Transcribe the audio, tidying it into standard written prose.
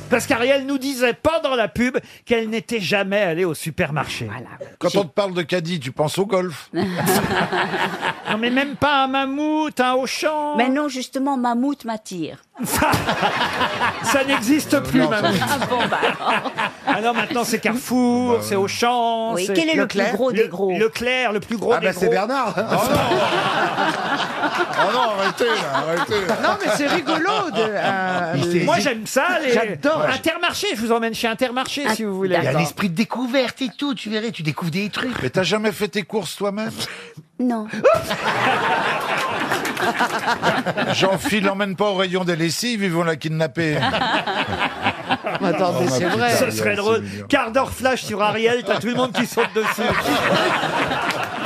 Parce qu'Ariel nous disait pendant la pub qu'elle n'était jamais allée au supermarché. Quand on te parle de caddie, tu penses au golf. Non mais même pas un mammouth, un Auchan. Mais non, justement, mammouth m'attire. Ça n'existe plus, Non, mammouth. Ah bon, bah alors. Ah non, maintenant c'est Carrefour, c'est Auchan. Oui, c'est quel est le plus gros des gros? Leclerc, le plus gros des gros. C'est Bernard. Oh non, arrêtez là, arrêtez. Non, mais c'est rigolo. Moi j'aime ça, les J'adore. Intermarché, je vous emmène chez Intermarché si vous voulez. Il y a l'esprit de découverte et tout, tu verrais, tu découvres des trucs. Mais t'as jamais fait tes courses toi-même? Non. Jean-Phil l'emmène pas au rayon des lessives, ils vont la kidnapper. Attendez, c'est vrai. Ce serait drôle. Quart d'heure flash sur Ariel, t'as tout le monde qui saute dessus.